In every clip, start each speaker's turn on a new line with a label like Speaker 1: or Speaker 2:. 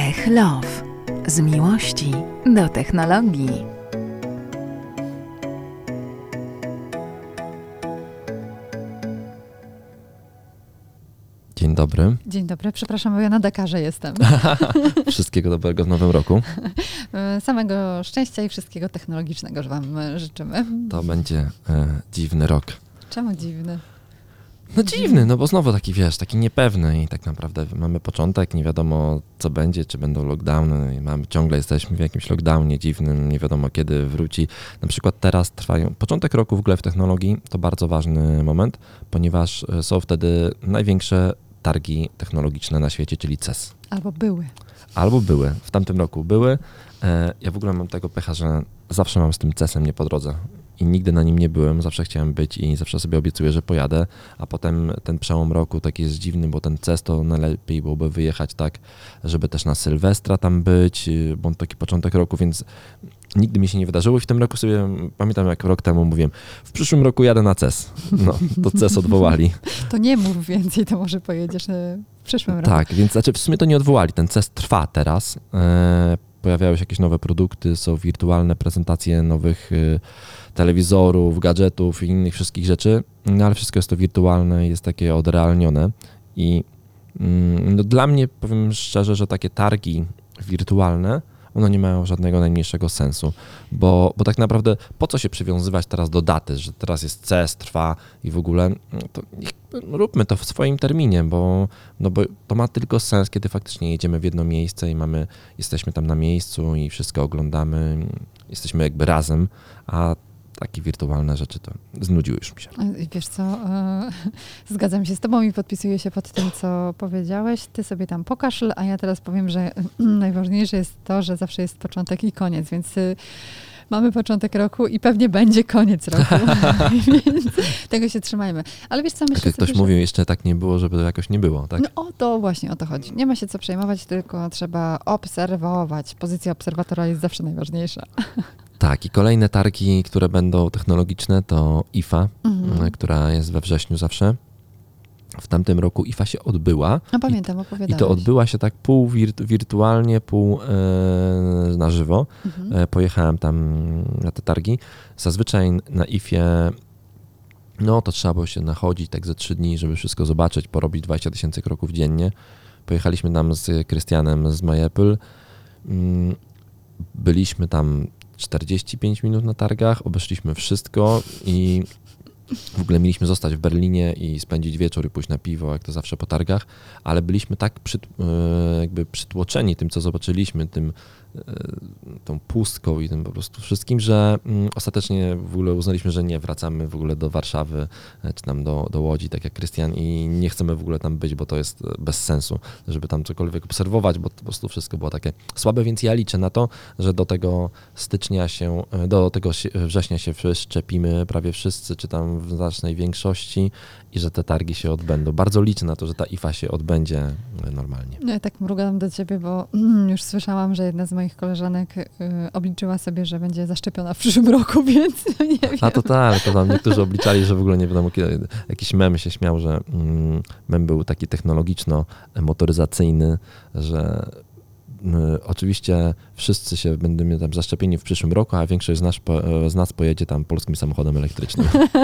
Speaker 1: Tech Love. Z miłości do technologii.
Speaker 2: Dzień dobry.
Speaker 3: Dzień dobry, przepraszam, bo ja na Dakarze jestem.
Speaker 2: Wszystkiego dobrego w nowym roku.
Speaker 3: Samego szczęścia i wszystkiego technologicznego, że wam życzymy.
Speaker 2: To będzie dziwny rok.
Speaker 3: Czemu dziwny?
Speaker 2: No dziwny, no bo znowu taki, wiesz, taki niepewny i tak naprawdę mamy początek, nie wiadomo co będzie, czy będą lockdowny i ciągle jesteśmy w jakimś lockdownie dziwnym, nie wiadomo kiedy wróci. Na przykład teraz trwają, początek roku w ogóle w technologii to bardzo ważny moment, ponieważ są wtedy największe targi technologiczne na świecie, czyli CES.
Speaker 3: Albo były.
Speaker 2: W tamtym roku były. Ja w ogóle mam tego pecha, że zawsze mam z tym CES-em nie po drodze. I nigdy na nim nie byłem, zawsze chciałem być i zawsze sobie obiecuję, że pojadę, a potem ten przełom roku taki jest dziwny, bo ten CES to najlepiej byłoby wyjechać tak, żeby też na Sylwestra tam być, bo taki początek roku, więc nigdy mi się nie wydarzyło i w tym roku sobie, pamiętam jak rok temu mówiłem, w przyszłym roku jadę na CES. No, to CES odwołali.
Speaker 3: To nie mów więcej, to może pojedziesz w przyszłym roku.
Speaker 2: Tak, więc znaczy w sumie to nie odwołali, ten CES trwa teraz, pojawiały się jakieś nowe produkty, są wirtualne prezentacje nowych telewizorów, gadżetów i innych wszystkich rzeczy, no ale wszystko jest to wirtualne, jest takie odrealnione i no dla mnie, powiem szczerze, że takie targi wirtualne, one nie mają żadnego najmniejszego sensu, bo tak naprawdę po co się przywiązywać teraz do daty, że teraz jest CES, trwa i w ogóle, to róbmy to w swoim terminie, bo to ma tylko sens, kiedy faktycznie jedziemy w jedno miejsce i jesteśmy tam na miejscu i wszystko oglądamy, jesteśmy jakby razem, a takie wirtualne rzeczy to znudziły już mi się.
Speaker 3: Wiesz co, zgadzam się z tobą i podpisuję się pod tym, co powiedziałeś. Ty sobie tam pokażl, a ja teraz powiem, że najważniejsze jest to, że zawsze jest początek i koniec, więc mamy początek roku i pewnie będzie koniec roku, więc tego się trzymajmy. Ale wiesz co, myślę
Speaker 2: jak ktoś mówił, jeszcze tak nie było, żeby to jakoś nie było, tak?
Speaker 3: No to właśnie o to chodzi. Nie ma się co przejmować, tylko trzeba obserwować. Pozycja obserwatora jest zawsze najważniejsza.
Speaker 2: Tak, i kolejne targi, które będą technologiczne, to IFA, która jest we wrześniu zawsze. W tamtym roku IFA się odbyła.
Speaker 3: No pamiętam, opowiadałeś.
Speaker 2: I to odbyła się tak pół wirtualnie, pół na żywo. Pojechałem tam na te targi. Zazwyczaj na IFie no to trzeba było się nachodzić tak ze 3 dni, żeby wszystko zobaczyć, porobić 20 000 kroków dziennie. Pojechaliśmy tam z Krystianem z MyApple. Byliśmy tam 45 minut na targach, obeszliśmy wszystko i w ogóle mieliśmy zostać w Berlinie i spędzić wieczór i pójść na piwo, jak to zawsze po targach, ale byliśmy tak jakby przytłoczeni tym, co zobaczyliśmy, tą pustką i tym po prostu wszystkim, że ostatecznie w ogóle uznaliśmy, że nie wracamy w ogóle do Warszawy czy tam do Łodzi, tak jak Krystian i nie chcemy w ogóle tam być, bo to jest bez sensu, żeby tam cokolwiek obserwować, bo po prostu wszystko było takie słabe, więc ja liczę na to, że do tego września się wszczepimy prawie wszyscy, czy tam w znacznej większości i że te targi się odbędą. Bardzo liczę na to, że ta IFA się odbędzie normalnie.
Speaker 3: No ja tak mrugam do ciebie, bo już słyszałam, że jedna z moich koleżanek obliczyła sobie, że będzie zaszczepiona w przyszłym roku, więc no nie wiem.
Speaker 2: A to tak, to tam niektórzy obliczali, że w ogóle nie wiadomo kiedy. Jakiś mem się śmiał, że mem był taki technologiczno-motoryzacyjny, że oczywiście wszyscy się będziemy tam zaszczepieni w przyszłym roku, a większość z nas pojedzie tam polskim samochodem elektrycznym.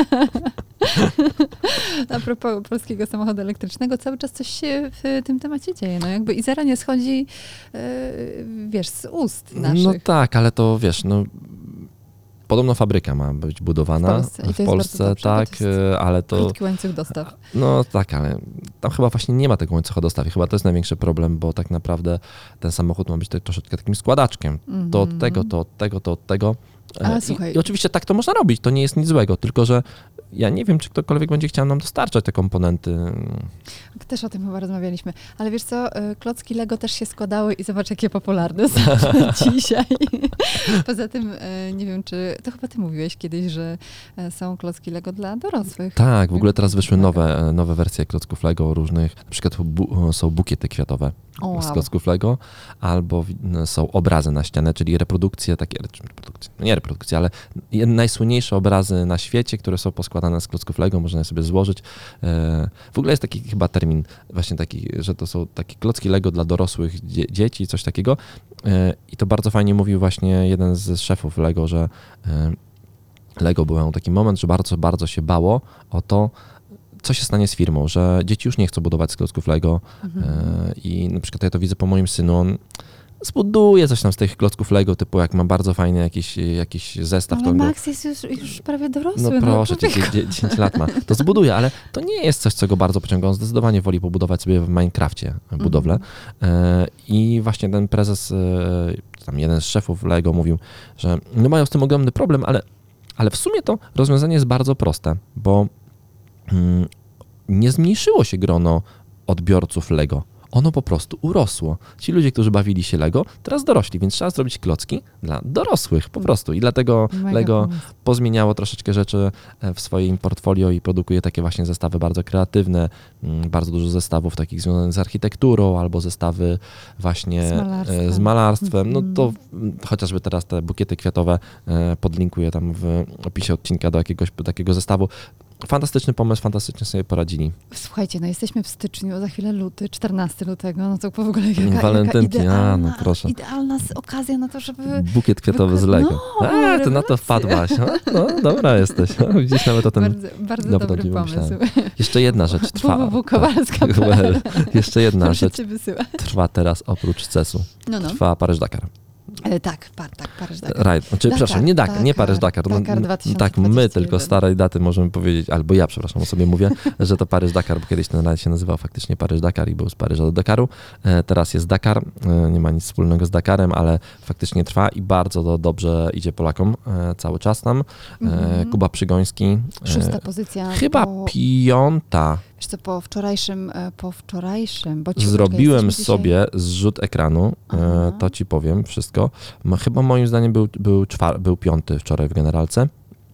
Speaker 3: A propos polskiego samochodu elektrycznego, cały czas coś się w tym temacie dzieje. No jakby Izera nie schodzi, wiesz, z ust naszych.
Speaker 2: No tak, ale to wiesz, no podobno fabryka ma być budowana w Polsce
Speaker 3: dobrze,
Speaker 2: tak, ale to...
Speaker 3: Krótki łańcuch dostaw.
Speaker 2: No tak, ale tam chyba właśnie nie ma tego łańcucha dostaw i chyba to jest największy problem, bo tak naprawdę ten samochód ma być troszeczkę takim składaczkiem. To od tego, to od tego, to od tego.
Speaker 3: Ale słuchaj.
Speaker 2: I oczywiście tak to można robić, to nie jest nic złego, tylko że ja nie wiem, czy ktokolwiek będzie chciał nam dostarczać te komponenty.
Speaker 3: Też o tym chyba rozmawialiśmy. Ale wiesz co, klocki Lego też się składały i zobacz, jakie popularne są dzisiaj. Poza tym, nie wiem, czy... To chyba ty mówiłeś kiedyś, że są klocki Lego dla dorosłych.
Speaker 2: Tak, w ogóle teraz wyszły nowe wersje klocków Lego różnych. Na przykład są bukiety kwiatowe. z klocków Lego, albo są obrazy na ścianę, czyli reprodukcje, nie reprodukcje, ale najsłynniejsze obrazy na świecie, które są poskładane z klocków Lego, można je sobie złożyć. W ogóle jest taki chyba termin właśnie taki, że to są takie klocki Lego dla dorosłych dzieci, coś takiego. I to bardzo fajnie mówił właśnie jeden z szefów Lego, że Lego był taki moment, że bardzo, bardzo się bało o to, co się stanie z firmą, że dzieci już nie chcą budować z klocków Lego i na przykład ja to widzę po moim synu, on zbuduje coś tam z tych klocków Lego, typu jak ma bardzo fajny jakiś zestaw.
Speaker 3: Ale Max jest już prawie dorosły.
Speaker 2: No proszę, 10 lat ma. To zbuduje, ale to nie jest coś, co go bardzo pociąga. On zdecydowanie woli pobudować sobie w Minecrafcie budowlę. I właśnie ten prezes, tam jeden z szefów Lego mówił, że no mają z tym ogromny problem, ale w sumie to rozwiązanie jest bardzo proste, bo nie zmniejszyło się grono odbiorców Lego. Ono po prostu urosło. Ci ludzie, którzy bawili się Lego, teraz dorośli, więc trzeba zrobić klocki dla dorosłych po prostu. I dlatego Lego pozmieniało troszeczkę rzeczy w swoim portfolio i produkuje takie właśnie zestawy bardzo kreatywne, bardzo dużo zestawów takich związanych z architekturą albo zestawy właśnie z malarstwem. No to chociażby teraz te bukiety kwiatowe podlinkuję tam w opisie odcinka do jakiegoś takiego zestawu. Fantastyczny pomysł, fantastycznie sobie poradzili.
Speaker 3: Słuchajcie, no jesteśmy w styczniu, za chwilę luty, 14 lutego, no to w ogóle
Speaker 2: Walentynki, proszę.
Speaker 3: Idealna okazja na to, żeby...
Speaker 2: Bukiet kwiatowy z Lego. Ty na to wpadłaś. No, dobra jesteś. Gdzieś nawet o tym
Speaker 3: bardzo dobry pomysł.
Speaker 2: Jeszcze jedna rzecz trwa.
Speaker 3: www.kowalska.pl
Speaker 2: Jeszcze jedna rzecz trwa teraz oprócz CES-u. Trwa Paryż-Dakar.
Speaker 3: Tak, Paryż-Dakar.
Speaker 2: Przepraszam, nie Paryż-Dakar.
Speaker 3: Dakar 2021.
Speaker 2: Tak, my tylko starej daty możemy powiedzieć, albo ja, przepraszam, o sobie mówię, że to Paryż-Dakar, bo kiedyś ten rajd się nazywał faktycznie Paryż-Dakar i był z Paryża do Dakaru. Teraz jest Dakar, nie ma nic wspólnego z Dakarem, ale faktycznie trwa i bardzo dobrze idzie Polakom cały czas tam. Kuba Przygoński.
Speaker 3: 6. pozycja.
Speaker 2: Chyba 5.
Speaker 3: Wiesz co, po wczorajszym, bo
Speaker 2: zrobiłem sobie zrzut ekranu, to ci powiem wszystko. Chyba moim zdaniem był 5. wczoraj w generalce,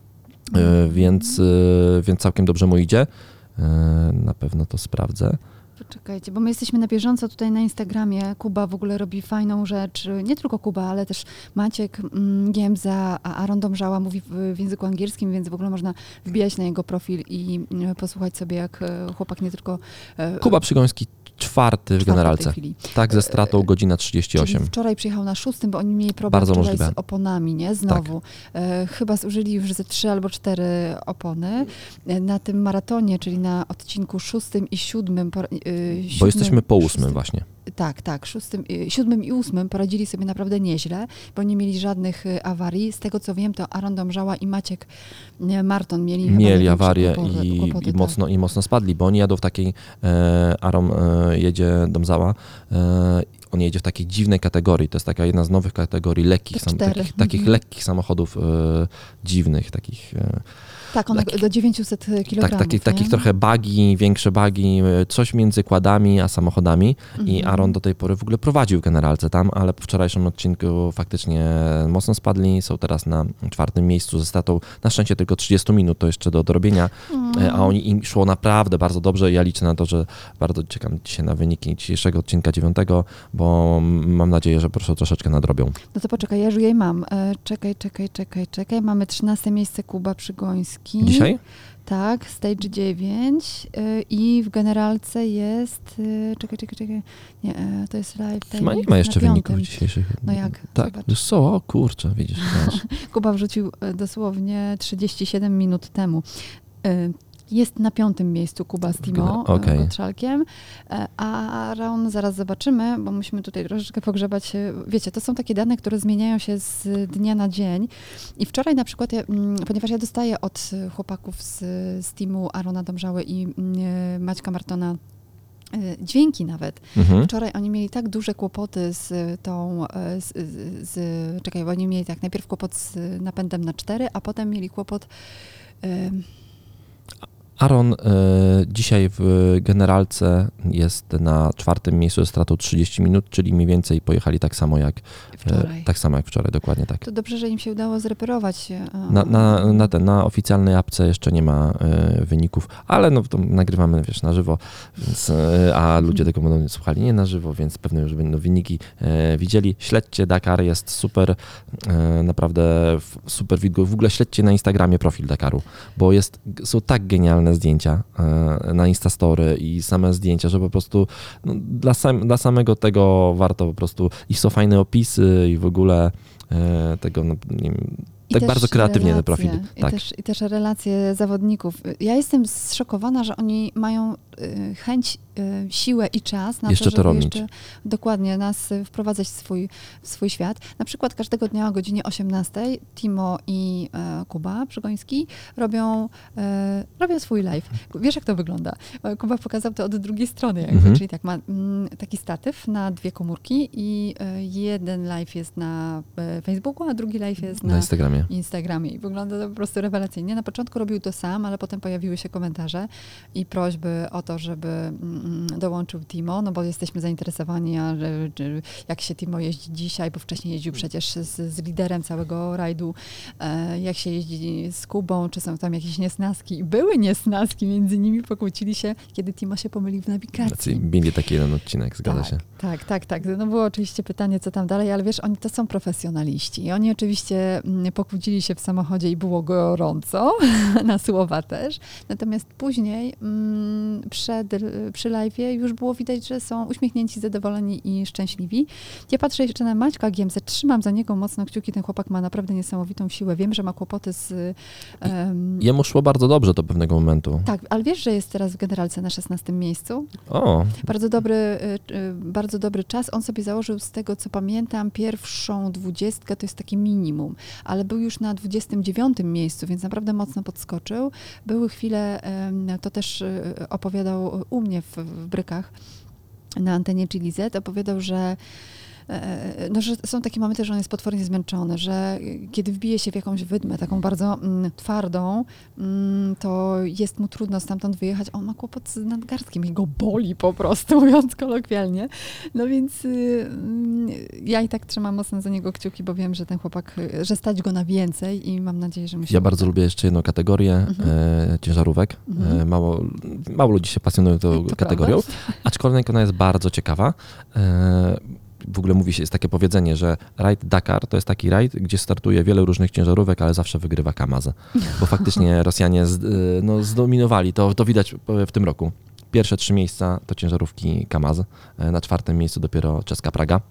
Speaker 2: więc całkiem dobrze mu idzie. Na pewno to sprawdzę.
Speaker 3: Poczekajcie, bo my jesteśmy na bieżąco tutaj na Instagramie. Kuba w ogóle robi fajną rzecz. Nie tylko Kuba, ale też Maciek Giemza, a Aaron Domżała mówi w języku angielskim, więc w ogóle można wbijać na jego profil i posłuchać sobie, jak chłopak nie tylko...
Speaker 2: Kuba Przygoński 4. w generalce. Tak, ze stratą godzina 38.
Speaker 3: Czyli wczoraj przyjechał na 6, bo oni mieli problem wczoraj z oponami, nie? Znowu. Tak. Chyba zużyli już ze 3 albo 4 opony. Na tym maratonie, czyli na odcinku 6 i 7.
Speaker 2: Bo jesteśmy po 8 właśnie.
Speaker 3: Tak, 7 i 8 poradzili sobie naprawdę nieźle, bo nie mieli żadnych awarii. Z tego co wiem, to Aaron Domżała i Maciek Marton mieli
Speaker 2: awarię i mocno spadli, bo oni jadą w takiej, Aaron jedzie Domżała, on jedzie w takiej dziwnej kategorii, to jest taka jedna z nowych kategorii lekkich, takich lekkich samochodów dziwnych, takich...
Speaker 3: Tak, one do 900 kg.
Speaker 2: Tak, takich trochę buggy, większe buggy, coś między kładami a samochodami i Aaron do tej pory w ogóle prowadził generalce tam, ale po wczorajszym odcinku faktycznie mocno spadli, są teraz na 4. miejscu ze stratą, na szczęście tylko 30 minut, to jeszcze do dorobienia, a im szło naprawdę bardzo dobrze i ja liczę na to, że bardzo czekam dzisiaj na wyniki dzisiejszego odcinka 9, bo mam nadzieję, że proszę troszeczkę nadrobią.
Speaker 3: No to poczekaj, ja już jej mam. Czekaj. Mamy 13 miejsce Kuba Przygoński.
Speaker 2: Dzisiaj?
Speaker 3: Tak, stage 9 i w generalce jest, czekaj, nie, to jest live.
Speaker 2: Chyba nie ma jeszcze wyników dzisiejszych.
Speaker 3: No jak?
Speaker 2: Tak, już są, o kurczę, widzisz.
Speaker 3: Kuba wrzucił dosłownie 37 minut temu. Jest na 5. miejscu Kuba z Timo Gottschalkiem, a Aaron zaraz zobaczymy, bo musimy tutaj troszeczkę pogrzebać. Wiecie, to są takie dane, które zmieniają się z dnia na dzień i wczoraj na przykład, ponieważ ja dostaję od chłopaków z teamu Aarona Domżały i Maćka Martona dźwięki nawet. Wczoraj oni mieli tak duże kłopoty z tą, czekaj, bo oni mieli tak najpierw kłopot z napędem na 4, a potem mieli kłopot...
Speaker 2: Aaron dzisiaj w generalce jest na 4. miejscu ze stratą 30 minut, czyli mniej więcej pojechali tak samo jak wczoraj, dokładnie tak.
Speaker 3: To dobrze, że im się udało zreperować.
Speaker 2: Na oficjalnej apce jeszcze nie ma wyników, ale no to nagrywamy, na żywo, więc, a ludzie tego będą słuchali nie na żywo, więc pewnie już będą wyniki widzieli. Śledźcie Dakar, jest super, naprawdę super wideo. W ogóle śledźcie na Instagramie profil Dakaru, bo są tak genialne zdjęcia na Instastory i same zdjęcia, że po prostu dla samego tego warto po prostu i są fajne opisy i w ogóle tego, nie wiem, tak bardzo kreatywnie ten profil. Tak.
Speaker 3: I też relacje zawodników. Ja jestem zszokowana, że oni mają chęć, siłę i czas na
Speaker 2: jeszcze
Speaker 3: to, żeby
Speaker 2: robić.
Speaker 3: Jeszcze dokładnie nas wprowadzać w swój świat. Na przykład każdego dnia o godzinie 18 Timo i Kuba Przygoński robią swój live. Wiesz, jak to wygląda? Kuba pokazał to od drugiej strony, czyli tak ma taki statyw na 2 komórki i jeden live jest na Facebooku, a drugi live jest na Instagramie. I wygląda to po prostu rewelacyjnie. Na początku robił to sam, ale potem pojawiły się komentarze i prośby o to, żeby dołączył Timo, no bo jesteśmy zainteresowani, jak się Timo jeździ dzisiaj, bo wcześniej jeździł przecież z liderem całego rajdu, jak się jeździ z Kubą, czy są tam jakieś niesnaski. I były niesnaski, między nimi pokłócili się, kiedy Timo się pomylił w nawigacji.
Speaker 2: Mieli taki jeden odcinek, zgadza się.
Speaker 3: Tak. No było oczywiście pytanie, co tam dalej, ale wiesz, oni to są profesjonaliści. I oni oczywiście pokłócili się w samochodzie i było gorąco, na słowa też. Natomiast później przy live'ie już było widać, że są uśmiechnięci, zadowoleni i szczęśliwi. Ja patrzę jeszcze na Maćka Giemsę, trzymam za niego mocno kciuki, ten chłopak ma naprawdę niesamowitą siłę. Wiem, że ma kłopoty z...
Speaker 2: Jemu szło bardzo dobrze do pewnego momentu.
Speaker 3: Tak, ale wiesz, że jest teraz w generalce na 16. miejscu?
Speaker 2: O.
Speaker 3: Bardzo dobry czas. On sobie założył, z tego co pamiętam, pierwszą 20, to jest taki minimum, ale był już na 29. miejscu, więc naprawdę mocno podskoczył. Były chwile, to też opowiadał u mnie w Brykach na antenie Chili Z, opowiadał, że są takie momenty, że on jest potwornie zmęczony, że kiedy wbije się w jakąś wydmę taką bardzo twardą, to jest mu trudno stamtąd wyjechać. On ma kłopot z nadgarstkiem i go boli po prostu, mówiąc kolokwialnie. No więc ja i tak trzymam mocno za niego kciuki, bo wiem, że ten chłopak, że stać go na więcej i mam nadzieję, że
Speaker 2: Ja bardzo lubię jeszcze jedną kategorię ciężarówek. Mało ludzi się pasjonuje tą kategorią, aczkolwiek ona jest bardzo ciekawa. W ogóle mówi się, jest takie powiedzenie, że rajd Dakar to jest taki rajd, gdzie startuje wiele różnych ciężarówek, ale zawsze wygrywa KAMAZ. Bo faktycznie Rosjanie zdominowali, to widać w tym roku. Pierwsze 3 miejsca to ciężarówki KAMAZ, na 4. miejscu dopiero czeska Praga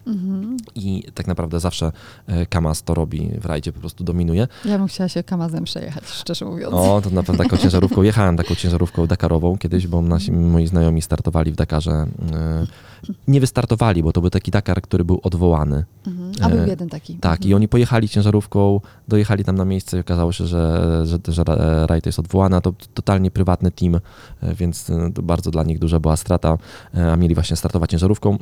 Speaker 2: i tak naprawdę zawsze KAMAZ to robi w rajdzie, po prostu dominuje.
Speaker 3: Ja bym chciała się KAMAZ-em przejechać, szczerze mówiąc.
Speaker 2: O, to na pewno taką ciężarówką, jechałem taką ciężarówką dakarową kiedyś, bo moi znajomi startowali w Dakarze. Nie wystartowali, bo to był taki Dakar, który był odwołany.
Speaker 3: A był jeden taki.
Speaker 2: Tak, i oni pojechali ciężarówką, dojechali tam na miejsce i okazało się, że rajd jest odwołany, a to totalnie prywatny team, więc to bardzo dla nich duża była strata, a mieli właśnie startować ciężarówką.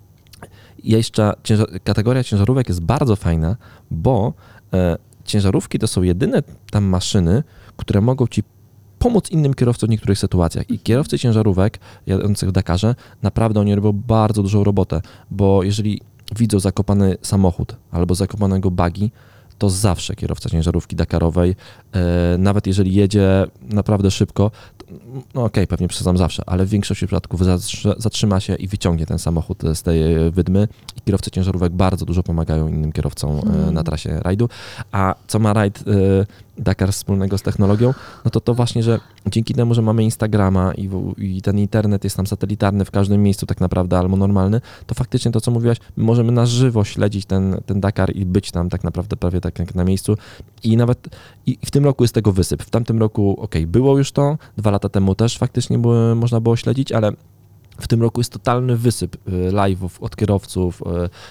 Speaker 2: I jeszcze kategoria ciężarówek jest bardzo fajna, bo ciężarówki to są jedyne tam maszyny, które mogą ci pomóc innym kierowcom w niektórych sytuacjach. I kierowcy ciężarówek jadących w Dakarze, naprawdę oni robią bardzo dużą robotę, bo jeżeli widzą zakopany samochód albo zakopanego buggy, to zawsze kierowca ciężarówki dakarowej, nawet jeżeli jedzie naprawdę szybko, no okej, pewnie przesadzam zawsze, ale w większości przypadków zatrzyma się i wyciągnie ten samochód z tej wydmy i kierowcy ciężarówek bardzo dużo pomagają innym kierowcom na trasie rajdu. A co ma rajd Dakar wspólnego z technologią? No to właśnie, że dzięki temu, że mamy Instagrama i ten internet jest tam satelitarny w każdym miejscu tak naprawdę, albo normalny, to faktycznie to, co mówiłaś, my możemy na żywo śledzić ten Dakar i być tam tak naprawdę prawie tak jak na miejscu. I nawet w tym roku jest tego wysyp. W tamtym roku, było już to, 2 lata temu też faktycznie można było śledzić, ale w tym roku jest totalny wysyp live'ów od kierowców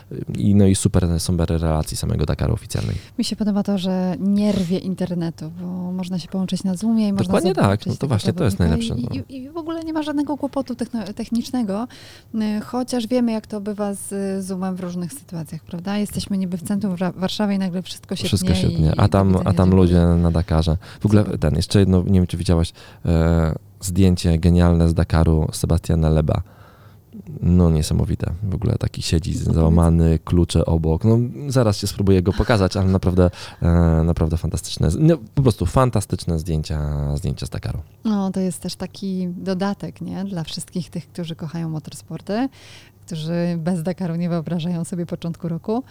Speaker 2: i super relacji samego Dakaru oficjalnej.
Speaker 3: Mi się podoba to, że nie rwie internetu, bo można się połączyć na Zoomie i można
Speaker 2: Dokładnie tak, no to właśnie to jest najlepsze.
Speaker 3: I w ogóle nie ma żadnego kłopotu technicznego, chociaż wiemy, jak to bywa z Zoomem w różnych sytuacjach, prawda? Jesteśmy niby w centrum Warszawy i nagle wszystko się tnie.
Speaker 2: A tam ludzie na Dakarze. W ogóle jeszcze jedno, nie wiem, czy widziałaś, zdjęcie genialne z Dakaru Sebastiana Loeba. No niesamowite. W ogóle taki siedzi załamany, klucze obok. No zaraz się spróbuję go pokazać, ale naprawdę fantastyczne. No, po prostu fantastyczne zdjęcia z Dakaru.
Speaker 3: No to jest też taki dodatek, nie? Dla wszystkich tych, którzy kochają motorsporty, którzy bez Dakaru nie wyobrażają sobie początku roku.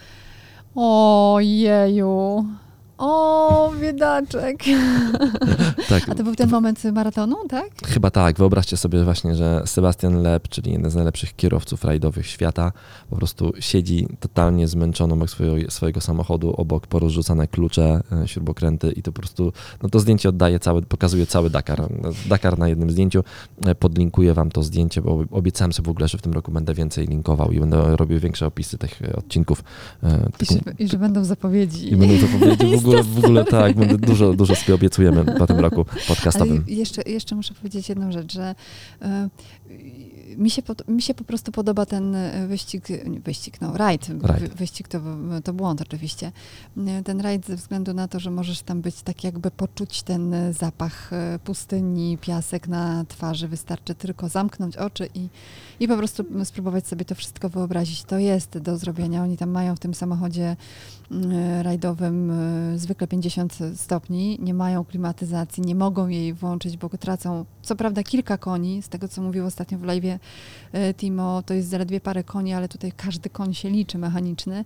Speaker 3: Ojeju! O, biedaczek.
Speaker 2: Tak.
Speaker 3: A to był ten moment maratonu, tak?
Speaker 2: Chyba tak. Wyobraźcie sobie właśnie, że Sebastian Loeb, czyli jeden z najlepszych kierowców rajdowych świata, po prostu siedzi totalnie zmęczony obok swojego samochodu, obok porozrzucane klucze, śrubokręty i to po prostu, no to zdjęcie pokazuje cały Dakar. Dakar na jednym zdjęciu. Podlinkuję wam to zdjęcie, bo obiecałem sobie w ogóle, że w tym roku będę więcej linkował i będę robił większe opisy tych odcinków.
Speaker 3: I że będą zapowiedzi.
Speaker 2: I będą zapowiedzi w ogóle tak, dużo sobie obiecujemy po tym roku podcastowym.
Speaker 3: Ale jeszcze muszę powiedzieć jedną rzecz, że mi się po prostu podoba ten rajd. Wyścig to błąd oczywiście. Ten rajd ze względu na to, że możesz tam być tak jakby poczuć ten zapach pustyni, piasek na twarzy. Wystarczy tylko zamknąć oczy i po prostu spróbować sobie to wszystko wyobrazić. To jest do zrobienia. Oni tam mają w tym samochodzie rajdowym zwykle 50 stopni, nie mają klimatyzacji, nie mogą jej włączyć, bo tracą co prawda kilka koni, z tego co mówił ostatnio w live'ie Timo, to jest zaledwie parę koni, ale tutaj każdy koń się liczy mechaniczny,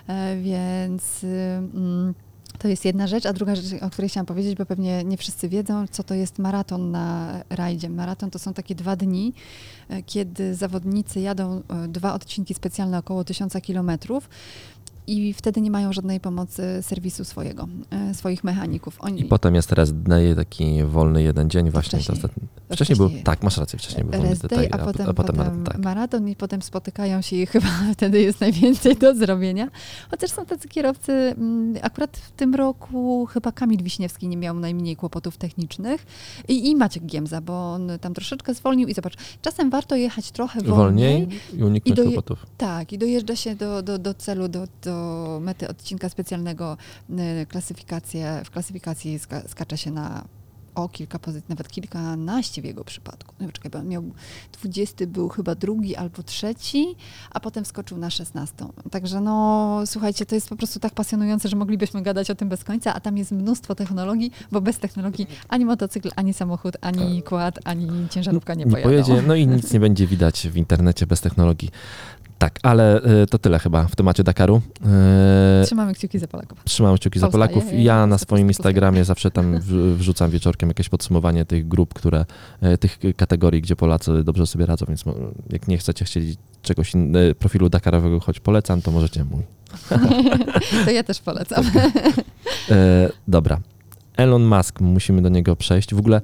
Speaker 3: więc to jest jedna rzecz, a druga rzecz, o której chciałam powiedzieć, bo pewnie nie wszyscy wiedzą, co to jest maraton na rajdzie. Maraton to są takie 2 dni, kiedy zawodnicy jadą 2 odcinki specjalne około 1000 kilometrów. I wtedy nie mają żadnej pomocy serwisu swoich mechaników.
Speaker 2: I potem jest rest day, taki wolny jeden dzień właśnie. Wcześniej był, tak, masz rację, wcześniej był
Speaker 3: rest day, a potem
Speaker 2: maraton, tak.
Speaker 3: Maraton i potem spotykają się i chyba wtedy jest najwięcej do zrobienia. Chociaż są tacy kierowcy, akurat w tym roku chyba Kamil Wiśniewski nie miał najmniej kłopotów technicznych i Maciek Giemza, bo on tam troszeczkę zwolnił i zobacz, czasem warto jechać trochę wolniej
Speaker 2: i uniknąć kłopotów.
Speaker 3: Tak, i dojeżdża się do celu, do mety odcinka specjalnego. W klasyfikacji skacze się na kilka pozycji, nawet kilkanaście w jego przypadku. No czekaj, bo on miał 20, był chyba 2. albo 3, a potem skoczył na 16. Także no, słuchajcie, to jest po prostu tak pasjonujące, że moglibyśmy gadać o tym bez końca, a tam jest mnóstwo technologii, bo bez technologii ani motocykl, ani samochód, ani quad, ani ciężarówka nie pojedzie.
Speaker 2: No i nic nie będzie widać w internecie bez technologii. Tak, ale to tyle chyba w temacie Dakaru.
Speaker 3: Trzymamy kciuki za Polaków.
Speaker 2: Trzymamy kciuki za Polaków. Ja na swoim Instagramie zawsze tam wrzucam wieczorkiem jakieś podsumowanie tych grup, tych kategorii, gdzie Polacy dobrze sobie radzą, więc jak nie chcecie chcieli czegoś profilu Dakarowego, choć polecam, to możecie mój.
Speaker 3: To ja też polecam.
Speaker 2: Dobra. Elon Musk, musimy do niego przejść. W ogóle...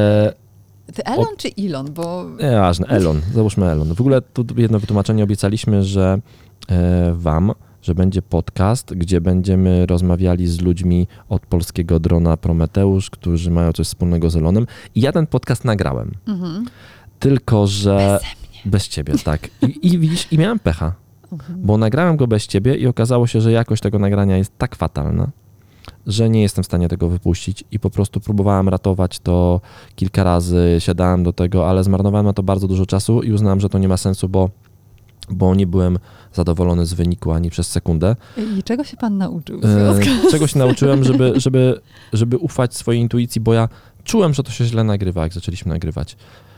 Speaker 3: Ty Elon czy Elon? Bo...
Speaker 2: Ważne, Elon. Załóżmy Elon. W ogóle tu jedno wytłumaczenie obiecaliśmy, że że będzie podcast, gdzie będziemy rozmawiali z ludźmi od polskiego drona Prometeusz, którzy mają coś wspólnego z Elonem. I ja ten podcast nagrałem. Tylko, że bez ciebie, tak. I widzisz, i miałem pecha, bo nagrałem go bez ciebie i okazało się, że jakość tego nagrania jest tak fatalna, że nie jestem w stanie tego wypuścić i po prostu próbowałem ratować to kilka razy, siadałem do tego, ale zmarnowałem na to bardzo dużo czasu i uznałem, że to nie ma sensu, bo nie byłem zadowolony z wyniku ani przez sekundę.
Speaker 3: I czego się pan nauczył?
Speaker 2: Czego się nauczyłem, żeby ufać swojej intuicji, bo ja czułem, że to się źle nagrywa, jak zaczęliśmy nagrywać.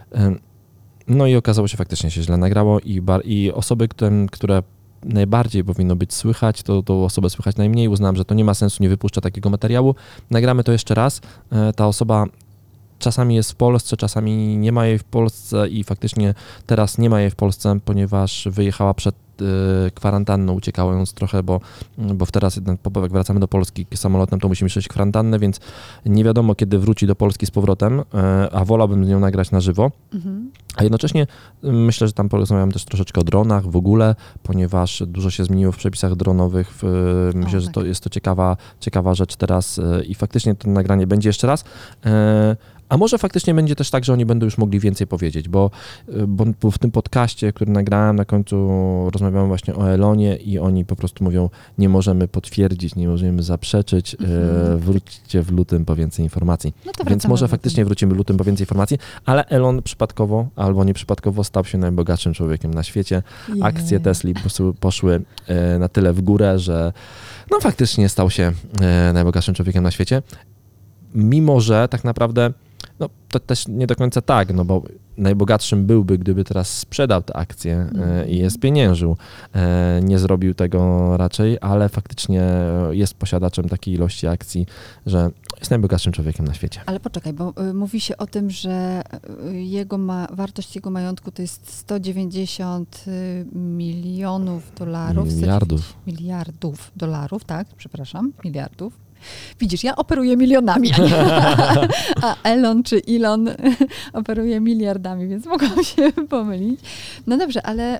Speaker 2: No i okazało się, faktycznie się źle nagrało i osoby, które najbardziej powinno być słychać, to osobę słychać najmniej. Uznałem, że to nie ma sensu, nie wypuszczę takiego materiału. Nagramy to jeszcze raz. Ta osoba czasami jest w Polsce, czasami nie ma jej w Polsce i faktycznie teraz nie ma jej w Polsce, ponieważ wyjechała przed kwarantannę, uciekając trochę, bo teraz jak wracamy do Polski samolotem, to musimy przejść kwarantannę, więc nie wiadomo, kiedy wróci do Polski z powrotem, a wolałbym z nią nagrać na żywo. A jednocześnie myślę, że tam porozmawiam też troszeczkę o dronach w ogóle, ponieważ dużo się zmieniło w przepisach dronowych. Myślę, że to jest to ciekawa rzecz teraz i faktycznie to nagranie będzie jeszcze raz. A może faktycznie będzie też tak, że oni będą już mogli więcej powiedzieć, bo w tym podcaście, który nagrałem, na końcu rozmawiamy właśnie o Elonie i oni po prostu mówią, nie możemy potwierdzić, nie możemy zaprzeczyć, wróćcie w lutym po więcej informacji.
Speaker 3: No to
Speaker 2: Więc może faktycznie wrócimy w lutym po więcej informacji, ale Elon przypadkowo albo nieprzypadkowo stał się najbogatszym człowiekiem na świecie. Akcje Tesli poszły na tyle w górę, że no faktycznie stał się najbogatszym człowiekiem na świecie. Mimo że tak naprawdę, no to też nie do końca tak, no bo najbogatszym byłby, gdyby teraz sprzedał te akcje i je spieniężył. Nie zrobił tego raczej, ale faktycznie jest posiadaczem takiej ilości akcji, że jest najbogatszym człowiekiem na świecie.
Speaker 3: Ale poczekaj, bo mówi się o tym, że wartość jego majątku to jest 190 milionów dolarów. Miliardów dolarów, tak, przepraszam, miliardów. Widzisz, ja operuję milionami, a Elon czy Elon operuje miliardami, więc mogłam się pomylić. No dobrze, ale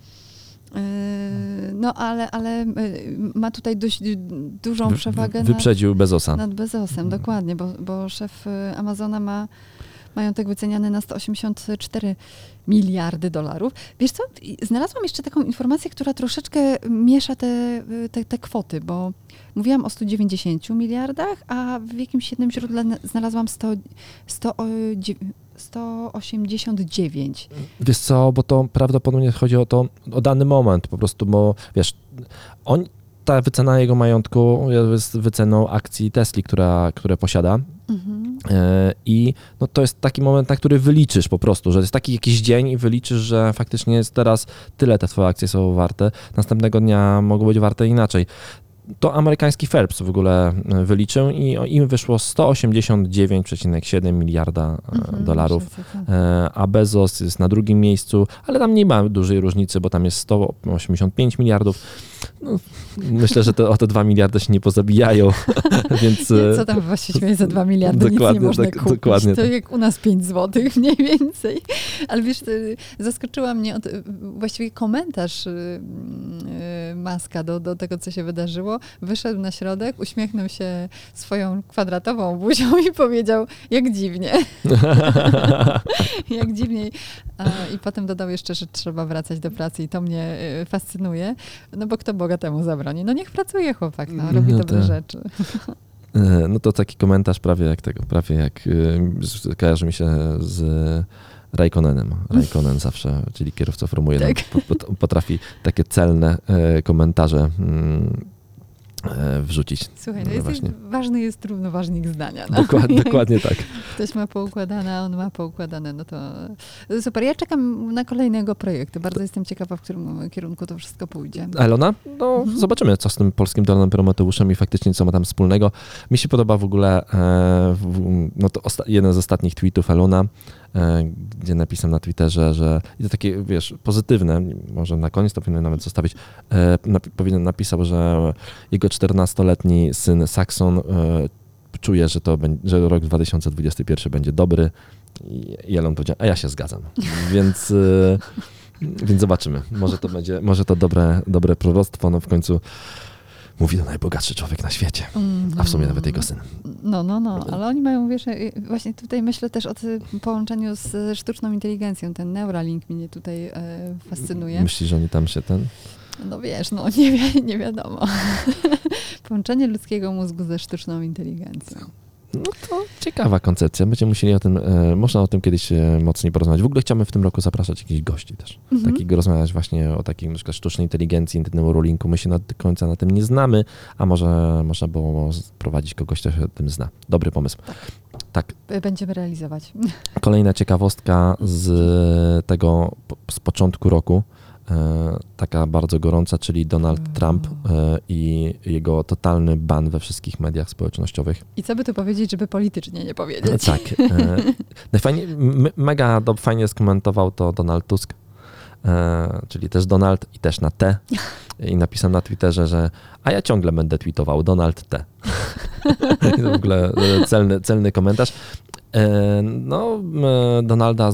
Speaker 3: ma tutaj dość dużą przewagę
Speaker 2: wyprzedził Bezosa.
Speaker 3: Nad Bezosem, dokładnie, bo szef Amazona ma majątek wyceniany na 184 miliardy dolarów. Wiesz co, znalazłam jeszcze taką informację, która troszeczkę miesza te kwoty, bo mówiłam o 190 miliardach, a w jakimś jednym źródle znalazłam 189.
Speaker 2: Wiesz co, bo to prawdopodobnie chodzi o dany moment po prostu, bo wiesz, ta wycena jego majątku jest wyceną akcji Tesli, które posiada. I no to jest taki moment, na który wyliczysz po prostu, że jest taki jakiś dzień i wyliczysz, że faktycznie jest teraz tyle te twoje akcje są warte. Następnego dnia mogą być warte inaczej. To amerykański Forbes w ogóle wyliczył i im wyszło 189,7 miliarda dolarów, a Bezos jest na drugim miejscu, ale tam nie ma dużej różnicy, bo tam jest 185 miliardów. No, myślę, że o te 2 miliardy się nie pozabijają, więc...
Speaker 3: Co tam właściwie za 2 miliardy nic nie można kupić. Dokładnie to jak u nas 5 złotych mniej więcej. Ale wiesz, zaskoczyła mnie właściwie komentarz Muska do tego, co się wydarzyło. Wyszedł na środek, uśmiechnął się swoją kwadratową buzią i powiedział, jak dziwnie. Jak dziwnie. I potem dodał jeszcze, że trzeba wracać do pracy i to mnie fascynuje, no bo kto bogatemu zabroni? No niech pracuje chłopak, robi dobre rzeczy.
Speaker 2: No to taki komentarz prawie jak kojarzy mi się z Raikkonenem. Raikkonen zawsze, czyli kierowca Formuły 1, potrafi takie celne komentarze wrzucić.
Speaker 3: Słuchaj, ważny jest równoważnik zdania. No.
Speaker 2: Dokładnie tak.
Speaker 3: Ktoś ma poukładane, a on ma poukładane, no to super. Ja czekam na kolejnego projektu. Bardzo jestem ciekawa, w którym kierunku to wszystko pójdzie.
Speaker 2: Elona? No zobaczymy, co z tym polskim Dolanem Prometeuszem i faktycznie co ma tam wspólnego. Mi się podoba w ogóle jeden z ostatnich tweetów Elona, gdzie napisał na Twitterze, że i to takie, wiesz, pozytywne, może na koniec to powinien nawet zostawić, napisał, że jego 14-letni syn Saxon czuje, że rok 2021 będzie dobry i Elon powiedział, a ja się zgadzam. Więc zobaczymy. Może to dobre proroctwo, no w końcu mówi to najbogatszy człowiek na świecie, a w sumie nawet jego syn.
Speaker 3: No, ale oni mają, wiesz, właśnie tutaj myślę też o połączeniu z sztuczną inteligencją. Ten Neuralink mnie tutaj fascynuje.
Speaker 2: Myślisz, że oni tam się
Speaker 3: No wiesz, nie wiadomo. Połączenie ludzkiego mózgu ze sztuczną inteligencją.
Speaker 2: No to ciekawa koncepcja. Będziemy musieli można o tym kiedyś mocniej porozmawiać. W ogóle chciałbym w tym roku zapraszać jakichś gości też. Rozmawiać właśnie o takiej na przykład sztucznej inteligencji, Neuralinku. My się do końca na tym nie znamy, a może można było prowadzić kogoś, kto się o tym zna. Dobry pomysł. Tak.
Speaker 3: Będziemy realizować.
Speaker 2: Kolejna ciekawostka z początku roku. Taka bardzo gorąca, czyli Donald Trump i jego totalny ban we wszystkich mediach społecznościowych.
Speaker 3: I co by tu powiedzieć, żeby politycznie nie powiedzieć?
Speaker 2: Tak. Fajnie skomentował to Donald Tusk, czyli też Donald i też na T. I napisał na Twitterze, że a ja ciągle będę tweetował Donald T. I to w ogóle celny komentarz. Donalda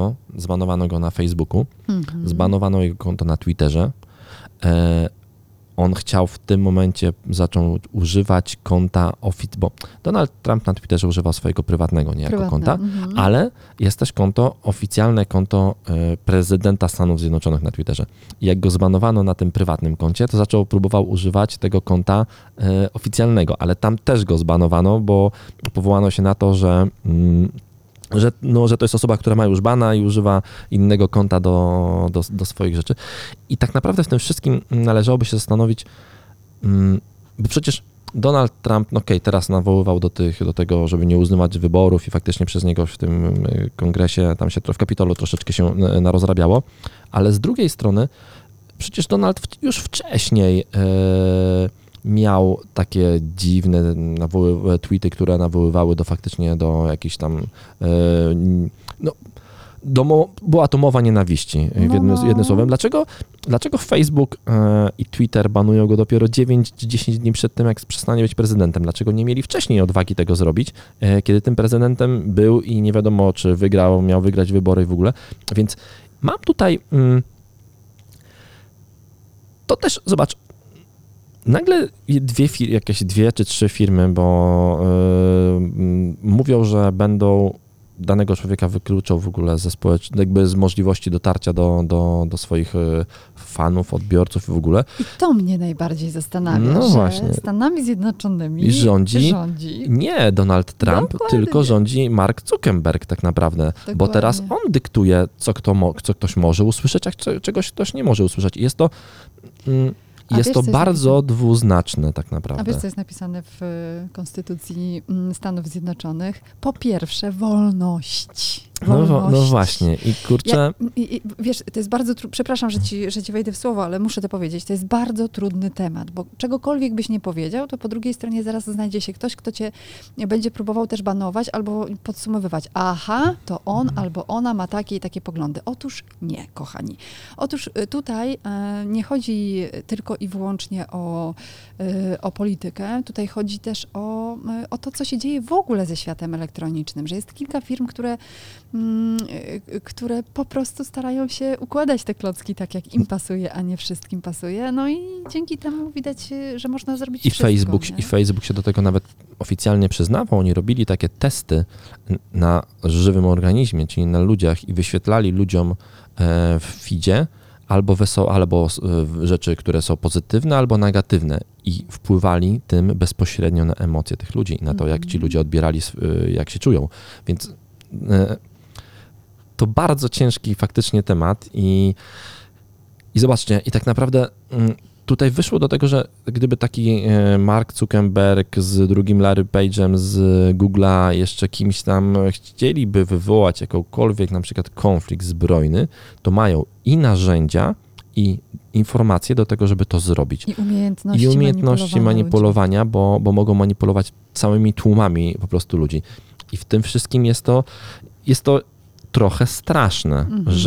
Speaker 2: zbanowano go na Facebooku, zbanowano jego konto na Twitterze. on chciał w tym momencie zacząć używać konta bo Donald Trump na Twitterze używał swojego prywatnego niejako konta, ale jest też oficjalne konto prezydenta Stanów Zjednoczonych na Twitterze. I jak go zbanowano na tym prywatnym koncie, to próbował używać tego konta oficjalnego, ale tam też go zbanowano, bo powołano się na to, że to jest osoba, która ma już bana i używa innego konta do swoich rzeczy. I tak naprawdę w tym wszystkim należałoby się zastanowić, bo przecież Donald Trump, teraz nawoływał do tego, żeby nie uznawać wyborów i faktycznie przez niego w tym kongresie, tam się w Kapitolu troszeczkę się narozrabiało, ale z drugiej strony przecież Donald już wcześniej miał takie dziwne tweety, które nawoływały faktycznie do jakichś tam była to mowa nienawiści, jednym słowem. Dlaczego Facebook i Twitter banują go dopiero 9-10 dni przed tym, jak przestanie być prezydentem? Dlaczego nie mieli wcześniej odwagi tego zrobić, kiedy tym prezydentem był i nie wiadomo, czy miał wygrać wybory w ogóle? Więc mam tutaj to też, zobacz, nagle jakieś 2 czy 3 firmy, bo mówią, że będą danego człowieka wykluczał w ogóle z możliwości dotarcia do swoich fanów, odbiorców w ogóle.
Speaker 3: I to mnie najbardziej zastanawia, że
Speaker 2: właśnie.
Speaker 3: Stanami Zjednoczonymi
Speaker 2: I rządzi nie Donald Trump, tylko rządzi Mark Zuckerberg tak naprawdę. Dokładnie. Bo teraz on dyktuje, co ktoś może usłyszeć, a czegoś ktoś nie może usłyszeć. I jest to bardzo dwuznaczne tak naprawdę.
Speaker 3: A wiesz, co jest napisane w Konstytucji Stanów Zjednoczonych? Po pierwsze, wolność.
Speaker 2: No właśnie i kurczę...
Speaker 3: Wiesz, to jest bardzo przepraszam, że ci wejdę w słowo, ale muszę to powiedzieć. To jest bardzo trudny temat, bo czegokolwiek byś nie powiedział, to po drugiej stronie zaraz znajdzie się ktoś, kto cię będzie próbował też banować albo podsumowywać. Aha, to on albo ona ma takie i takie poglądy. Otóż nie, kochani. Otóż tutaj nie chodzi tylko i wyłącznie o politykę. Tutaj chodzi też o to, co się dzieje w ogóle ze światem elektronicznym, że jest kilka firm, które po prostu starają się układać te klocki tak, jak im pasuje, a nie wszystkim pasuje. No i dzięki temu widać, że można zrobić wszystko.
Speaker 2: I Facebook się do tego nawet oficjalnie przyznawał. Oni robili takie testy na żywym organizmie, czyli na ludziach i wyświetlali ludziom w feedzie albo rzeczy, które są pozytywne, albo negatywne i wpływali tym bezpośrednio na emocje tych ludzi i na to, jak ci ludzie odbierali, jak się czują. Więc to bardzo ciężki faktycznie temat i zobaczcie, i tak naprawdę tutaj wyszło do tego, że gdyby taki Mark Zuckerberg z drugim Larry Page'em z Google'a, jeszcze kimś tam chcieliby wywołać jakąkolwiek na przykład konflikt zbrojny, to mają i narzędzia, i informacje do tego, żeby to zrobić.
Speaker 3: I umiejętności
Speaker 2: manipulowania, bo mogą manipulować całymi tłumami po prostu ludzi. I w tym wszystkim jest to trochę straszne,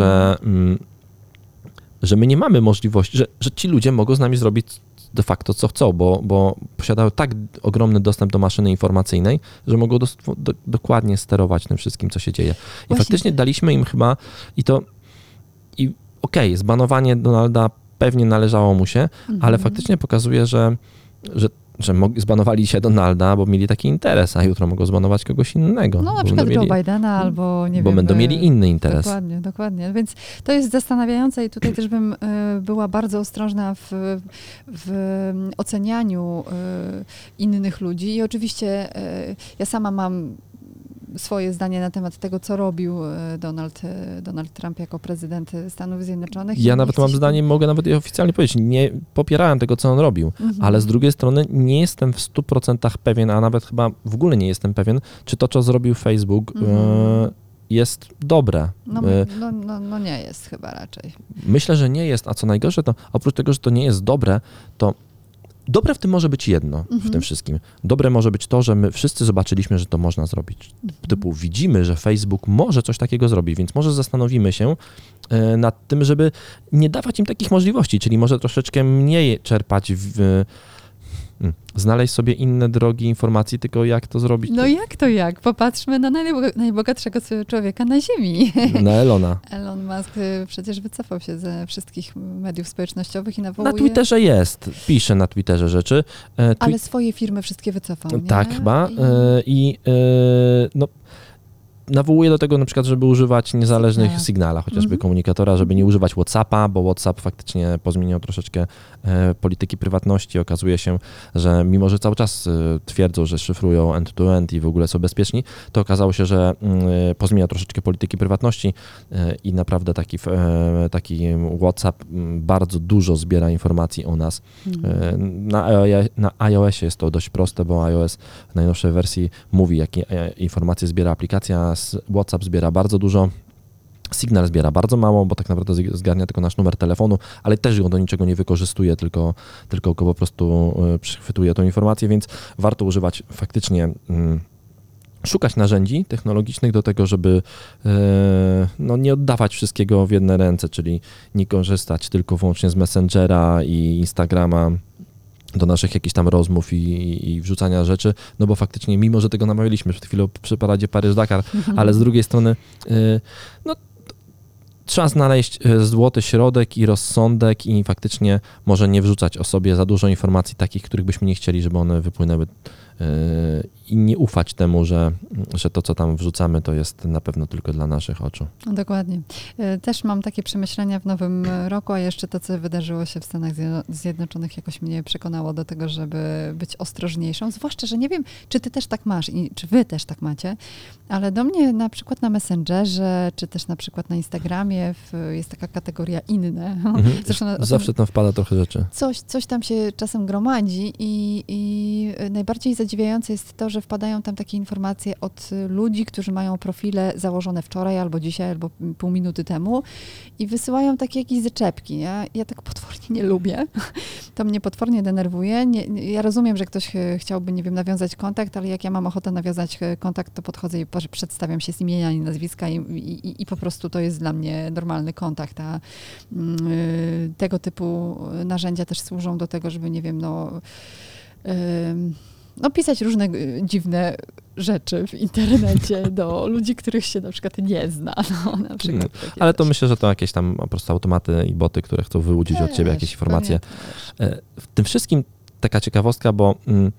Speaker 2: że my nie mamy możliwości, że ci ludzie mogą z nami zrobić de facto co chcą, bo posiadają tak ogromny dostęp do maszyny informacyjnej, że mogą dokładnie sterować tym wszystkim, co się dzieje. I faktycznie daliśmy im chyba zbanowanie Donalda pewnie należało mu się, ale faktycznie pokazuje, że zbanowali się Donalda, bo mieli taki interes, a jutro mogą zbanować kogoś innego.
Speaker 3: No na przykład Joe Bidena albo nie wiem.
Speaker 2: Bo będą mieli inny interes.
Speaker 3: Dokładnie. Więc to jest zastanawiające i tutaj też bym była bardzo ostrożna w ocenianiu innych ludzi. I oczywiście ja sama mam swoje zdanie na temat tego, co robił Donald Trump jako prezydent Stanów Zjednoczonych.
Speaker 2: Ja nawet mam zdanie, mogę nawet je oficjalnie powiedzieć, nie popierałem tego, co on robił, ale z drugiej strony nie jestem w 100% pewien, a nawet chyba w ogóle nie jestem pewien, czy to, co zrobił Facebook, jest dobre.
Speaker 3: No nie jest chyba raczej.
Speaker 2: Myślę, że nie jest, a co najgorsze, to oprócz tego, że to nie jest dobre, to dobre w tym może być jedno, w tym wszystkim. Dobre może być to, że my wszyscy zobaczyliśmy, że to można zrobić. Typu widzimy, że Facebook może coś takiego zrobić, więc może zastanowimy się nad tym, żeby nie dawać im takich możliwości, czyli może troszeczkę mniej czerpać znaleźć sobie inne drogi informacji, tylko jak to zrobić?
Speaker 3: No jak to jak? Popatrzmy na najbogatszego człowieka na Ziemi.
Speaker 2: Na Elona.
Speaker 3: Elon Musk przecież wycofał się ze wszystkich mediów społecznościowych i nawołuje...
Speaker 2: Na Twitterze pisze na Twitterze rzeczy.
Speaker 3: Ale swoje firmy wszystkie wycofał, nie?
Speaker 2: Tak, chyba. Nawołuje do tego na przykład, żeby używać niezależnych Signala, chociażby komunikatora, żeby nie używać WhatsAppa, bo WhatsApp faktycznie pozmieniał troszeczkę polityki prywatności. Okazuje się, że mimo, że cały czas twierdzą, że szyfrują end-to-end i w ogóle są bezpieczni, to okazało się, że pozmieniał troszeczkę polityki prywatności i naprawdę taki WhatsApp bardzo dużo zbiera informacji o nas. Na iOSie jest to dość proste, bo iOS w najnowszej wersji mówi, jakie informacje zbiera aplikacja. WhatsApp zbiera bardzo dużo, Signal zbiera bardzo mało, bo tak naprawdę zgarnia tylko nasz numer telefonu, ale też go do niczego nie wykorzystuje, tylko go po prostu przychwytuje tą informację, więc warto używać faktycznie, szukać narzędzi technologicznych do tego, żeby nie oddawać wszystkiego w jedne ręce, czyli nie korzystać tylko wyłącznie z Messengera i Instagrama do naszych jakichś tam rozmów i wrzucania rzeczy, no bo faktycznie, mimo że tego namawialiśmy przed chwilą przy paradzie Paryż-Dakar, ale z drugiej strony trzeba znaleźć złoty środek i rozsądek i faktycznie może nie wrzucać o sobie za dużo informacji takich, których byśmy nie chcieli, żeby one wypłynęły i nie ufać temu, że to, co tam wrzucamy, to jest na pewno tylko dla naszych oczu.
Speaker 3: Dokładnie. Też mam takie przemyślenia w nowym roku, a jeszcze to, co wydarzyło się w Stanach Zjednoczonych, jakoś mnie przekonało do tego, żeby być ostrożniejszą. Zwłaszcza, że nie wiem, czy ty też tak masz i czy wy też tak macie, ale do mnie na przykład na Messengerze, czy też na przykład na Instagramie jest taka kategoria inne. Zresztą
Speaker 2: zawsze tam wpada trochę rzeczy.
Speaker 3: Coś tam się czasem gromadzi i najbardziej zadziwiające jest to, że wpadają tam takie informacje od ludzi, którzy mają profile założone wczoraj, albo dzisiaj, albo pół minuty temu i wysyłają takie jakieś zaczepki. Ja tak potwornie nie lubię. To mnie potwornie denerwuje. Ja rozumiem, że ktoś chciałby, nie wiem, nawiązać kontakt, ale jak ja mam ochotę nawiązać kontakt, to podchodzę i przedstawiam się z imienia i nazwiska i po prostu to jest dla mnie normalny kontakt. A tego typu narzędzia też służą do tego, żeby, nie wiem, pisać różne dziwne rzeczy w internecie do ludzi, których się na przykład nie zna. Na przykład
Speaker 2: ale to myślę, że to jakieś tam po prostu automaty i boty, które chcą wyłudzić od ciebie jakieś informacje. W tym wszystkim taka ciekawostka, bo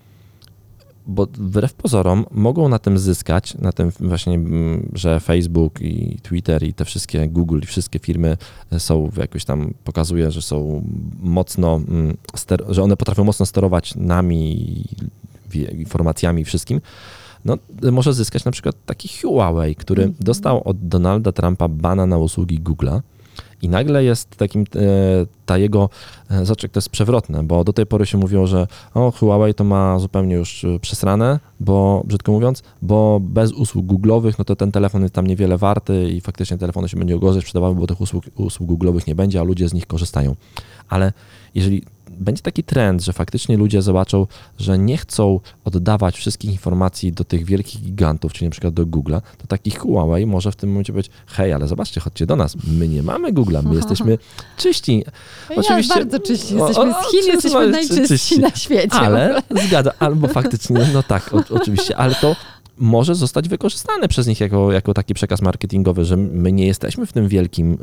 Speaker 2: wbrew pozorom mogą na tym zyskać, na tym właśnie, że Facebook i Twitter i te wszystkie Google i wszystkie firmy są jakoś tam, pokazuje, że są mocno, że one potrafią mocno sterować nami, informacjami i wszystkim. Może zyskać na przykład taki Huawei, który dostał od Donalda Trumpa bana na usługi Google'a. I nagle jest takim, ta jego, zobacz, to jest przewrotne, bo do tej pory się mówiło, że Huawei to ma zupełnie już przesrane, bo brzydko mówiąc, bo bez usług Google'owych, no to ten telefon jest tam niewiele warty i faktycznie telefony się będzie gorzej sprzedawały, bo tych usług Google'owych nie będzie, a ludzie z nich korzystają. Ale jeżeli będzie taki trend, że faktycznie ludzie zobaczą, że nie chcą oddawać wszystkich informacji do tych wielkich gigantów, czyli na przykład do Google'a, to taki Huawei może w tym momencie powiedzieć, hej, ale zobaczcie, chodźcie do nas, my nie mamy Google'a, my jesteśmy czyści.
Speaker 3: Oczywiście, bardzo czyści, jesteśmy z Chin, jesteśmy najczystsi na świecie.
Speaker 2: Ale, albo faktycznie, no tak, oczywiście, ale to może zostać wykorzystane przez nich jako taki przekaz marketingowy, że my nie jesteśmy w tym wielkim,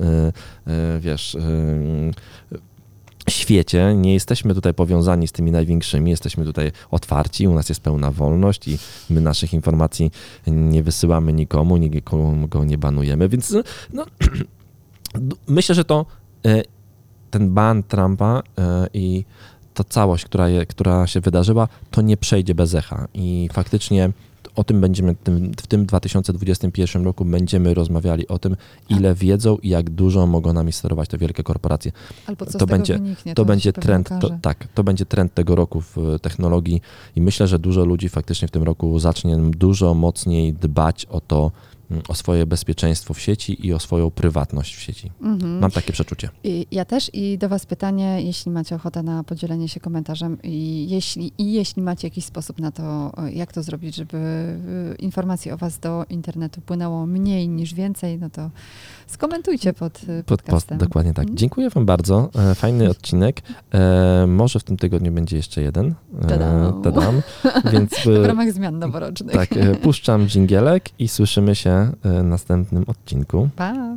Speaker 2: świecie, nie jesteśmy tutaj powiązani z tymi największymi, jesteśmy tutaj otwarci, u nas jest pełna wolność i my naszych informacji nie wysyłamy nikomu, nikogo nie banujemy, więc myślę, że ten ban Trumpa i ta całość, która się wydarzyła, to nie przejdzie bez echa i faktycznie o tym będziemy w tym 2021 roku będziemy rozmawiali o tym, ile wiedzą i jak dużo mogą nami sterować te wielkie korporacje.
Speaker 3: Albo co z tego wyniknie,
Speaker 2: to będzie trend, to będzie trend tego roku w technologii i myślę, że dużo ludzi faktycznie w tym roku zacznie dużo mocniej dbać o to, o swoje bezpieczeństwo w sieci i o swoją prywatność w sieci. Mam takie przeczucie.
Speaker 3: Ja też i do Was pytanie, jeśli macie ochotę na podzielenie się komentarzem i jeśli macie jakiś sposób na to, jak to zrobić, żeby informacji o Was do internetu płynęło mniej niż więcej, no to skomentujcie pod podcastem.
Speaker 2: Dokładnie tak. Dziękuję Wam bardzo. Fajny odcinek. Może w tym tygodniu będzie jeszcze jeden. Tadam. Więc
Speaker 3: w ramach zmian noworocznych.
Speaker 2: Tak, puszczam dżingielek i słyszymy się w następnym odcinku.
Speaker 3: Pa!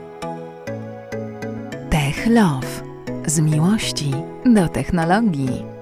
Speaker 1: Tech Love. Z miłości do technologii.